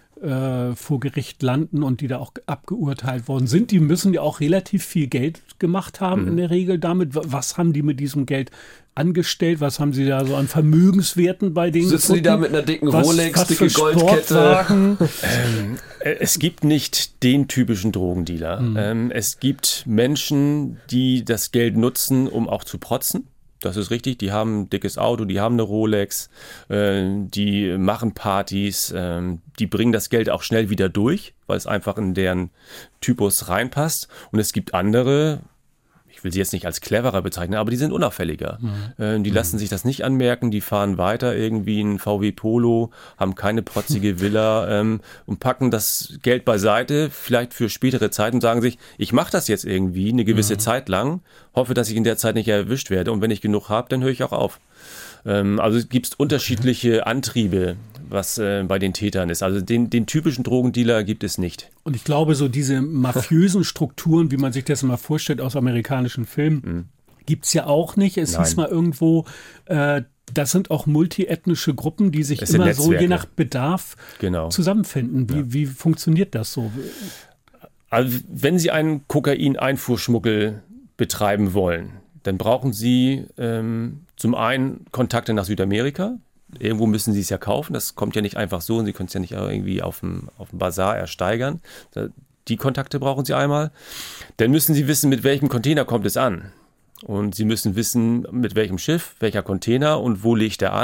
äh, vor Gericht landen und die da auch abgeurteilt worden sind? Die müssen ja auch relativ viel Geld gemacht haben mhm. in der Regel damit. Was haben die mit diesem Geld angestellt? Was haben sie da so an Vermögenswerten bei denen? Sitzen die da mit einer dicken was, Rolex, was dicke Goldkette? ähm, es gibt nicht den typischen Drogendealer. Mhm. Ähm, es gibt Menschen, die das Geld nutzen, um auch zu protzen. Das ist richtig, die haben ein dickes Auto, die haben eine Rolex, äh, die machen Partys, äh, die bringen das Geld auch schnell wieder durch, weil es einfach in deren Typus reinpasst. Und es gibt andere, ich will sie jetzt nicht als cleverer bezeichnen, aber die sind unauffälliger. Mhm. Äh, die mhm. lassen sich das nicht anmerken, die fahren weiter irgendwie in V W Polo, haben keine protzige Villa ähm, und packen das Geld beiseite, vielleicht für spätere Zeiten, und sagen sich, ich mache das jetzt irgendwie eine gewisse mhm. Zeit lang, hoffe, dass ich in der Zeit nicht erwischt werde und wenn ich genug habe, dann höre ich auch auf. Ähm, also es gibt unterschiedliche Antriebe, was äh, bei den Tätern ist. Also den, den typischen Drogendealer gibt es nicht. Und ich glaube, so diese mafiösen Strukturen, wie man sich das immer vorstellt aus amerikanischen Filmen, mhm. gibt es ja auch nicht. Es Nein. hieß mal irgendwo, äh, das sind auch multiethnische Gruppen, die sich immer so je nach Bedarf genau. zusammenfinden. Wie, ja. wie funktioniert das so? Also wenn Sie einen Kokain-Einfuhrschmuggel betreiben wollen, dann brauchen Sie ähm, zum einen Kontakte nach Südamerika. Irgendwo müssen Sie es ja kaufen. Das kommt ja nicht einfach so und Sie können es ja nicht irgendwie auf dem, auf dem Bazar ersteigern. Die Kontakte brauchen Sie einmal. Dann müssen Sie wissen, mit welchem Container kommt es an. Und Sie müssen wissen, mit welchem Schiff, welcher Container und wo legt er an,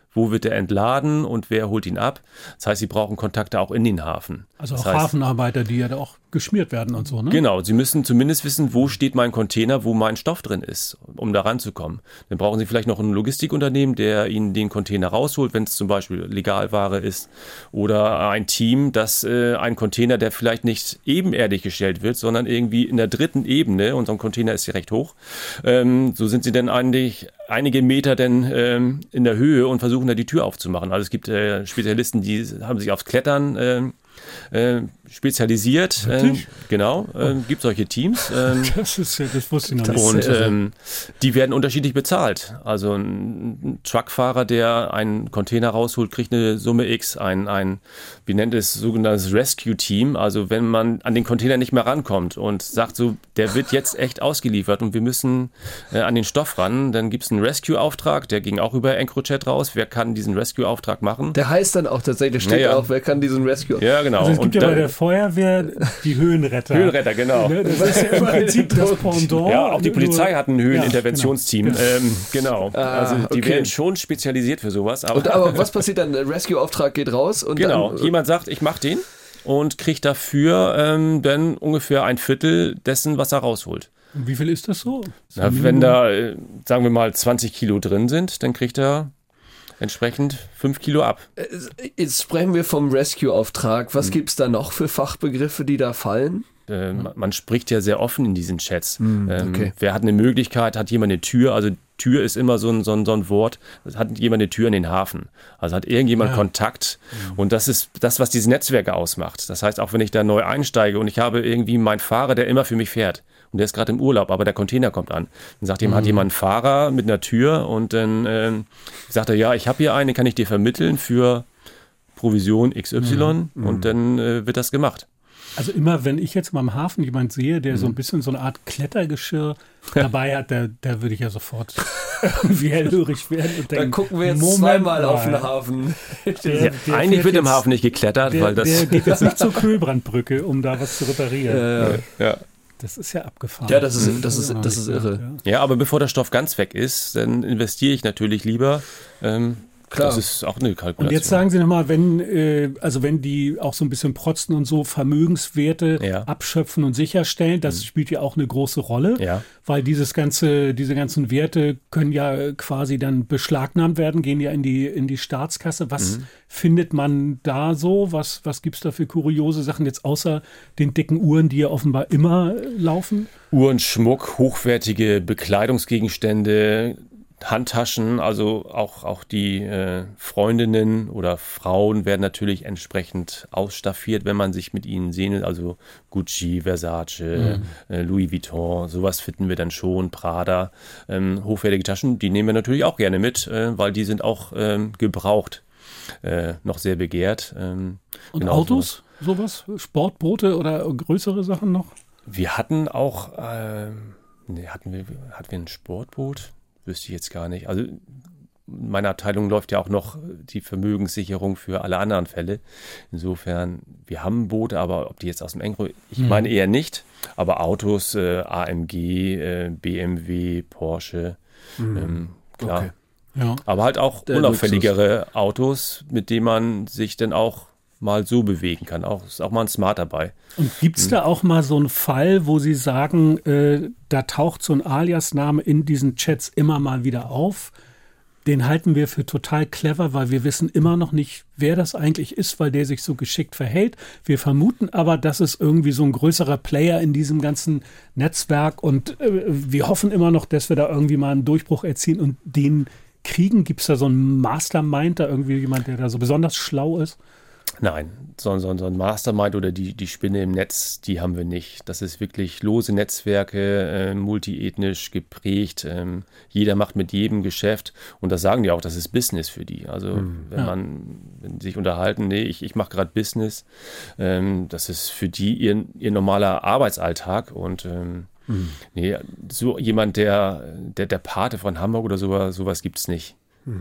wo wird er entladen und wer holt ihn ab. Das heißt, sie brauchen Kontakte auch in den Hafen. Also das auch heißt, Hafenarbeiter, die ja da auch geschmiert werden und so, ne? Genau, sie müssen zumindest wissen, wo steht mein Container, wo mein Stoff drin ist, um da ranzukommen. Dann brauchen sie vielleicht noch ein Logistikunternehmen, der ihnen den Container rausholt, wenn es zum Beispiel Legalware ist, oder ein Team, das äh, ein Container, der vielleicht nicht ebenerdig gestellt wird, sondern irgendwie in der dritten Ebene, und so ein Container ist ja recht hoch, ähm, so sind sie dann eigentlich einige Meter denn ähm, in der Höhe und versuchen da die Tür aufzumachen. Also es gibt äh, Spezialisten, die haben sich aufs Klettern äh, äh, spezialisiert. Äh, genau, äh, gibt solche Teams. Äh, das ist ja, das wusste ich noch nicht. Und ähm, die werden unterschiedlich bezahlt. Also ein Truckfahrer, der einen Container rausholt, kriegt eine Summe X. Ein, ein wie nennt es, sogenanntes Rescue-Team. Also wenn man an den Container nicht mehr rankommt und sagt so, der wird jetzt echt ausgeliefert und wir müssen äh, an den Stoff ran, dann gibt es einen Rescue-Auftrag, der ging auch über EncroChat raus. Wer kann diesen Rescue-Auftrag machen? Der heißt dann auch tatsächlich, steht naja. auch, wer kann diesen Rescue? Ja, genau. Also es gibt und ja da, bei der Feuerwehr die Höhenretter. Höhenretter, genau. Ne, das ist ja im Prinzip das Pendant. Ja, auch die Polizei hat ein Höheninterventionsteam. Ja, genau. Ähm, genau. Ah, also die okay. werden schon spezialisiert für sowas. Aber, Und, aber was passiert dann? Der Rescue-Auftrag geht raus und genau, dann... jemand sagt, ich mach den und kriegt dafür ähm, dann ungefähr ein Viertel dessen, was er rausholt. Und wie viel ist das so? Na, wenn da, äh, sagen wir mal, zwanzig Kilo drin sind, dann kriegt er entsprechend fünf Kilo ab. Jetzt sprechen wir vom Rescue-Auftrag. Was gibt's da noch für Fachbegriffe, die da fallen? Äh, man, man spricht ja sehr offen in diesen Chats. Hm, ähm, okay. Wer hat eine Möglichkeit, hat jemand eine Tür, also Tür ist immer so ein, so ein, so ein Wort, hat jemand eine Tür in den Hafen. Also hat irgendjemand Ja. Kontakt. Und das ist das, was diese Netzwerke ausmacht. Das heißt, auch wenn ich da neu einsteige und ich habe irgendwie meinen Fahrer, der immer für mich fährt, und der ist gerade im Urlaub, aber der Container kommt an. Dann sagt ihm, hat jemand einen Fahrer mit einer Tür und dann ähm, sagt er, ja, ich habe hier einen, den kann ich dir vermitteln für Provision X Y Mhm. und dann äh, wird das gemacht. Also immer, wenn ich jetzt mal im Hafen jemand sehe, der so ein bisschen so eine Art Klettergeschirr dabei hat, da, da würde ich ja sofort irgendwie hellhörig werden und denken, Dann gucken wir jetzt Moment zweimal mal. auf den Hafen. Der, Ja, der eigentlich fährt wird im jetzt- Hafen nicht geklettert, Der, weil das... der geht jetzt nicht zur Kühlbrandbrücke, um da was zu reparieren. Äh, ja. Das ist ja abgefahren. ja, das ist, das ist, das ist irre. Ja. Ja, aber bevor der Stoff ganz weg ist, dann investiere ich natürlich lieber. Ähm, Klar. Das ist auch eine Kalkulation. Und jetzt sagen Sie nochmal, wenn, äh, also wenn die auch so ein bisschen protzen und so Vermögenswerte Ja. abschöpfen und sicherstellen, das spielt ja auch eine große Rolle, Ja. weil dieses ganze, diese ganzen Werte können ja quasi dann beschlagnahmt werden, gehen ja in die, in die Staatskasse. Was findet man da so? Was, was gibt's da für kuriose Sachen jetzt außer den dicken Uhren, die ja offenbar immer laufen? Uhren, Schmuck, hochwertige Bekleidungsgegenstände, Handtaschen, also auch, auch die äh, Freundinnen oder Frauen werden natürlich entsprechend ausstaffiert, wenn man sich mit ihnen sehnt. Also Gucci, Versace, äh, Louis Vuitton, sowas finden wir dann schon, Prada. Ähm, hochwertige Taschen, die nehmen wir natürlich auch gerne mit, äh, weil die sind auch ähm, gebraucht, äh, noch sehr begehrt. Ähm, Und genau Autos? Sowas? Sportboote oder größere Sachen noch? Wir hatten auch, ähm, nee, hatten wir, hatten wir ein Sportboot? Wüsste ich jetzt gar nicht. Also in meiner Abteilung läuft ja auch noch die Vermögenssicherung für alle anderen Fälle. Insofern, wir haben Boote, aber ob die jetzt aus dem Engro, ich meine eher nicht. Aber Autos, äh, A M G, äh, B M W, Porsche, ähm, klar. Okay. Ja. Aber halt auch Der unauffälligere Autos, mit denen man sich dann auch mal so bewegen kann. Auch, ist auch mal ein Smart dabei. Und gibt's da auch mal so einen Fall, wo Sie sagen, äh, da taucht so ein Alias-Name in diesen Chats immer mal wieder auf? Den halten wir für total clever, weil wir wissen immer noch nicht, wer das eigentlich ist, weil der sich so geschickt verhält. Wir vermuten aber, dass es irgendwie so ein größerer Player in diesem ganzen Netzwerk und äh, wir hoffen immer noch, dass wir da irgendwie mal einen Durchbruch erzielen und den kriegen. Gibt's da so einen Mastermind, da irgendwie jemand, der da so besonders schlau ist? Nein, so, so, so ein Mastermind oder die, die Spinne im Netz, die haben wir nicht. Das ist wirklich lose Netzwerke, äh, multiethnisch geprägt. Ähm, jeder macht mit jedem Geschäft und das sagen die auch, das ist Business für die. Also wenn Ja. man wenn sich unterhalten, nee, ich, ich mache gerade Business, ähm, das ist für die ihr, ihr normaler Arbeitsalltag und ähm, nee, so jemand, der, der der Pate von Hamburg oder sowas, sowas gibt es nicht.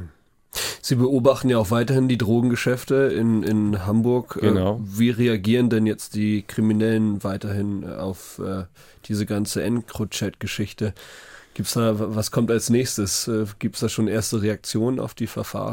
Sie beobachten ja auch weiterhin die Drogengeschäfte in, in Hamburg. Genau. Äh, Wie reagieren denn jetzt die Kriminellen weiterhin auf äh, diese ganze EncroChat-Geschichte? Gibt's da, was kommt als nächstes? Äh, Gibt's da schon erste Reaktionen auf die Verfahren?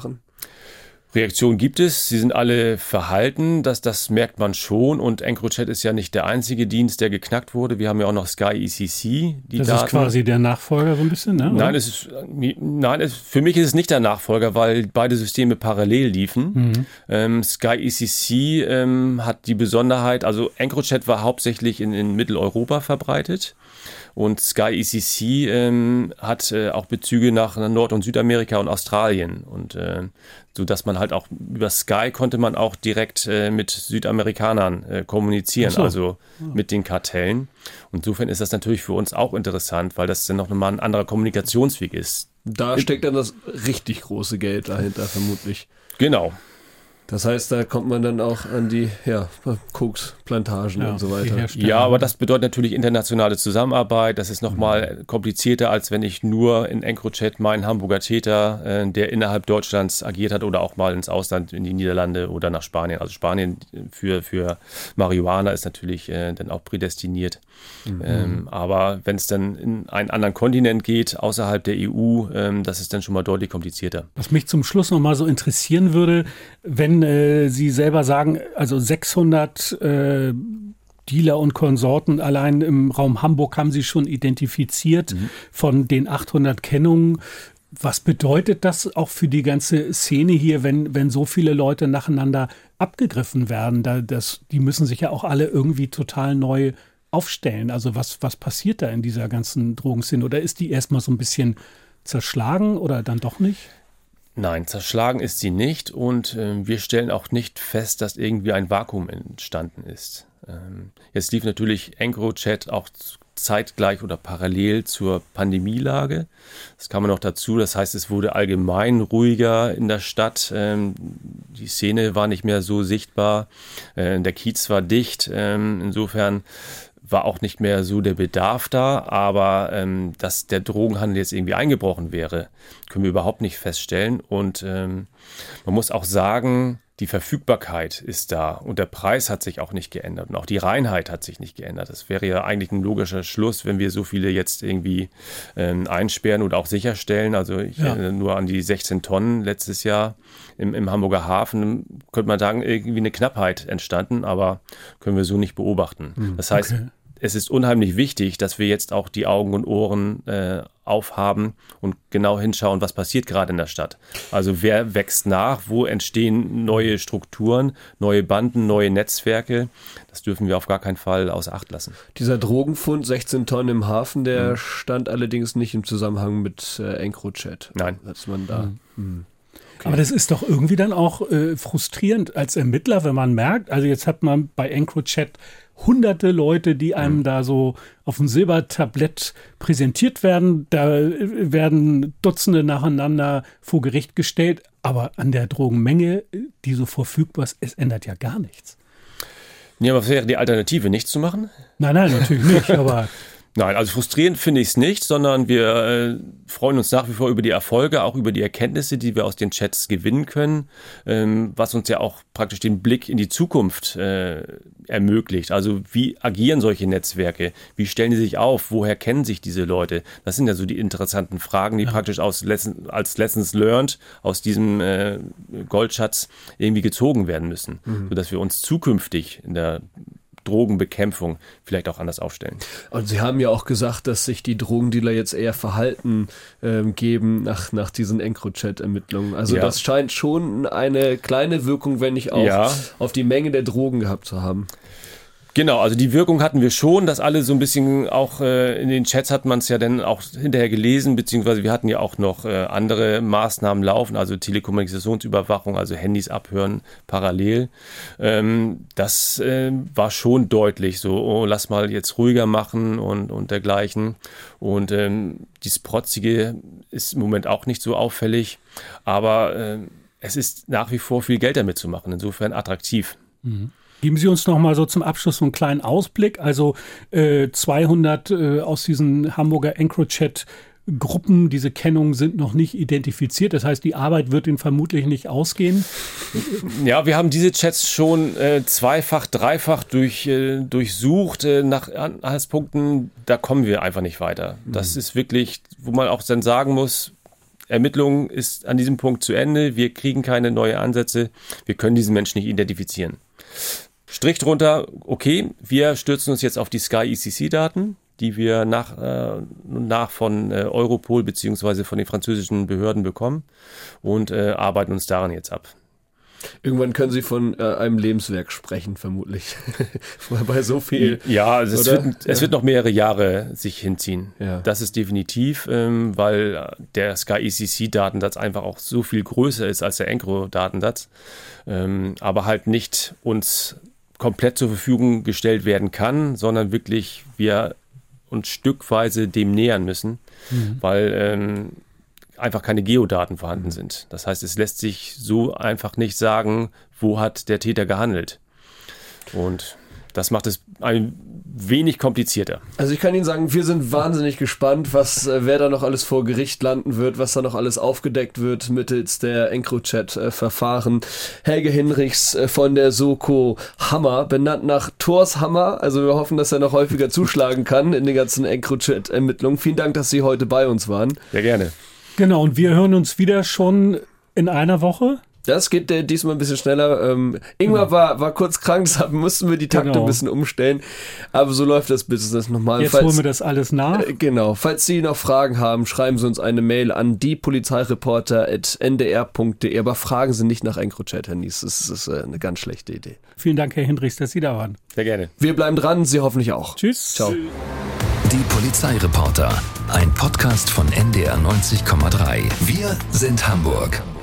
Reaktionen gibt es, sie sind alle verhalten, das, das merkt man schon und EncroChat ist ja nicht der einzige Dienst, der geknackt wurde. Wir haben ja auch noch Sky E C C. Die das Daten. Ist quasi der Nachfolger so ein bisschen, ne? Nein, es ist, nein es, für mich ist es nicht der Nachfolger, weil beide Systeme parallel liefen. Mhm. Ähm, Sky E C C ähm, hat die Besonderheit, also EncroChat war hauptsächlich in, in Mitteleuropa verbreitet. Und Sky E C C ähm, hat äh, auch Bezüge nach Nord- und Südamerika und Australien. Und äh, so dass man halt auch über Sky konnte man auch direkt äh, mit Südamerikanern äh, kommunizieren, so. also ja. mit den Kartellen. Und insofern ist das natürlich für uns auch interessant, weil das dann noch mal ein anderer Kommunikationsweg ist. Da steckt dann das richtig große Geld dahinter vermutlich. Genau. Das heißt, da kommt man dann auch an die ja, Koksplantagen ja, und so weiter. Ja, aber das bedeutet natürlich internationale Zusammenarbeit. Das ist nochmal mhm. komplizierter, als wenn ich nur in EncroChat meinen Hamburger Täter, äh, der innerhalb Deutschlands agiert hat oder auch mal ins Ausland, in die Niederlande oder nach Spanien. Also Spanien für, für Marihuana ist natürlich äh, dann auch prädestiniert. Mhm. Ähm, aber wenn es dann in einen anderen Kontinent geht, außerhalb der E U, ähm, das ist dann schon mal deutlich komplizierter. Was mich zum Schluss nochmal so interessieren würde, wenn äh, Sie selber sagen, also sechshundert äh, Dealer und Konsorten allein im Raum Hamburg haben Sie schon identifiziert mhm. von den achthundert Kennungen. Was bedeutet das auch für die ganze Szene hier, wenn, wenn so viele Leute nacheinander abgegriffen werden? Da, das, die müssen sich ja auch alle irgendwie total neu aufstellen. Also was, was passiert da in dieser ganzen Drogenszene? Oder ist die erstmal so ein bisschen zerschlagen oder dann doch nicht? Nein, zerschlagen ist sie nicht und äh, wir stellen auch nicht fest, dass irgendwie ein Vakuum entstanden ist. Ähm, jetzt lief natürlich EncroChat auch zeitgleich oder parallel zur Pandemielage. Das kam noch dazu. Das heißt, es wurde allgemein ruhiger in der Stadt. Ähm, die Szene war nicht mehr so sichtbar. Äh, der Kiez war dicht. Ähm, insofern war auch nicht mehr so der Bedarf da, aber ähm, dass der Drogenhandel jetzt irgendwie eingebrochen wäre, können wir überhaupt nicht feststellen. Und ähm, man muss auch sagen, die Verfügbarkeit ist da und der Preis hat sich auch nicht geändert und auch die Reinheit hat sich nicht geändert. Das wäre ja eigentlich ein logischer Schluss, wenn wir so viele jetzt irgendwie ähm, einsperren oder auch sicherstellen. Also ich ja. erinnere nur an die sechzehn Tonnen letztes Jahr im, im Hamburger Hafen. Könnte man sagen, irgendwie eine Knappheit entstanden, aber können wir so nicht beobachten. Mhm. Das heißt, okay. Es ist unheimlich wichtig, dass wir jetzt auch die Augen und Ohren äh, aufhaben und genau hinschauen, was passiert gerade in der Stadt. Also wer wächst nach, wo entstehen neue Strukturen, neue Banden, neue Netzwerke. Das dürfen wir auf gar keinen Fall außer Acht lassen. Dieser Drogenfund, sechzehn Tonnen im Hafen, der mhm. stand allerdings nicht im Zusammenhang mit äh, EncroChat. Nein. Dass man da... Mhm. Mhm. Okay. Aber das ist doch irgendwie dann auch äh, frustrierend als Ermittler, wenn man merkt, also jetzt hat man bei EncroChat hunderte Leute, die einem mhm. da so auf dem Silbertablett präsentiert werden. Da werden Dutzende nacheinander vor Gericht gestellt. Aber an der Drogenmenge, die so verfügbar ist, es ändert ja gar nichts. Ja, aber was wäre die Alternative, nichts zu machen? Nein, nein, natürlich nicht, aber... Nein, also frustrierend finde ich es nicht, sondern wir äh, freuen uns nach wie vor über die Erfolge, auch über die Erkenntnisse, die wir aus den Chats gewinnen können, ähm, was uns ja auch praktisch den Blick in die Zukunft äh, ermöglicht. Also wie agieren solche Netzwerke? Wie stellen die sich auf? Woher kennen sich diese Leute? Das sind ja so die interessanten Fragen, die ja. praktisch aus Lesson, als Lessons learned aus diesem äh, Goldschatz irgendwie gezogen werden müssen, mhm. sodass wir uns zukünftig in der Drogenbekämpfung vielleicht auch anders aufstellen. Und Sie haben ja auch gesagt, dass sich die Drogendealer jetzt eher Verhalten ähm, geben nach, nach diesen EncroChat-Ermittlungen. Also ja. das scheint schon eine kleine Wirkung, wenn nicht auch, ja. auf die Menge der Drogen gehabt zu haben. Genau, also die Wirkung hatten wir schon, dass alle so ein bisschen auch äh, in den Chats hat man es ja dann auch hinterher gelesen, beziehungsweise wir hatten ja auch noch äh, andere Maßnahmen laufen, also Telekommunikationsüberwachung, also Handys abhören parallel. Ähm, das äh, war schon deutlich so, oh, lass mal jetzt ruhiger machen und, und dergleichen. Und ähm, dieses Protzige ist im Moment auch nicht so auffällig, aber äh, es ist nach wie vor viel Geld damit zu machen, insofern attraktiv. Mhm. Geben Sie uns noch mal so zum Abschluss so einen kleinen Ausblick. Also äh, zweihundert äh, aus diesen Hamburger EncroChat-Gruppen, diese Kennungen sind noch nicht identifiziert. Das heißt, die Arbeit wird Ihnen vermutlich nicht ausgehen. Ja, wir haben diese Chats schon äh, zweifach, dreifach durch, äh, durchsucht äh, nach Anhaltspunkten. Da kommen wir einfach nicht weiter. Das mhm. ist wirklich, wo man auch dann sagen muss, Ermittlung ist an diesem Punkt zu Ende. Wir kriegen keine neuen Ansätze. Wir können diesen Menschen nicht identifizieren. Strich drunter, okay, wir stürzen uns jetzt auf die Sky E C C-Daten, die wir nach, äh, nach von äh, Europol beziehungsweise von den französischen Behörden bekommen und äh, arbeiten uns daran jetzt ab. Irgendwann können Sie von äh, einem Lebenswerk sprechen, vermutlich. Bei so viel. Ja, also es, wird, ja. es wird noch mehrere Jahre sich hinziehen. Ja. Das ist definitiv, ähm, weil der Sky E C C-Datensatz einfach auch so viel größer ist als der EncroChat-Datensatz, ähm, aber halt nicht uns komplett zur Verfügung gestellt werden kann, sondern wirklich wir uns stückweise dem nähern müssen, mhm. weil ähm, einfach keine Geodaten vorhanden sind. Das heißt, es lässt sich so einfach nicht sagen, wo hat der Täter gehandelt. Und das macht es ein wenig komplizierter. Also ich kann Ihnen sagen, wir sind wahnsinnig gespannt, was, äh, wer da noch alles vor Gericht landen wird, was da noch alles aufgedeckt wird mittels der EncroChat-Verfahren. Helge Hinrichs äh, von der Soko Hammer, benannt nach Thors Hammer. Also wir hoffen, dass er noch häufiger zuschlagen kann in den ganzen EncroChat-Ermittlungen. Vielen Dank, dass Sie heute bei uns waren. Sehr gerne. Genau, und wir hören uns wieder schon in einer Woche. Das geht äh, diesmal ein bisschen schneller. Ähm, Ingmar genau. war, war kurz krank, deshalb mussten wir die Takte genau. ein bisschen umstellen. Aber so läuft das Business nochmal. Jetzt falls, holen wir das alles nach. Äh, genau. Falls Sie noch Fragen haben, schreiben Sie uns eine Mail an die polizeireporter at n d r punkt d e. Aber fragen Sie nicht nach EncroChat-Handys. Das ist äh, eine ganz schlechte Idee. Vielen Dank, Herr Hinrichs, dass Sie da waren. Sehr gerne. Wir bleiben dran, Sie hoffentlich auch. Tschüss. Ciao. Die Polizeireporter, ein Podcast von N D R neunzig Komma drei. Wir sind Hamburg.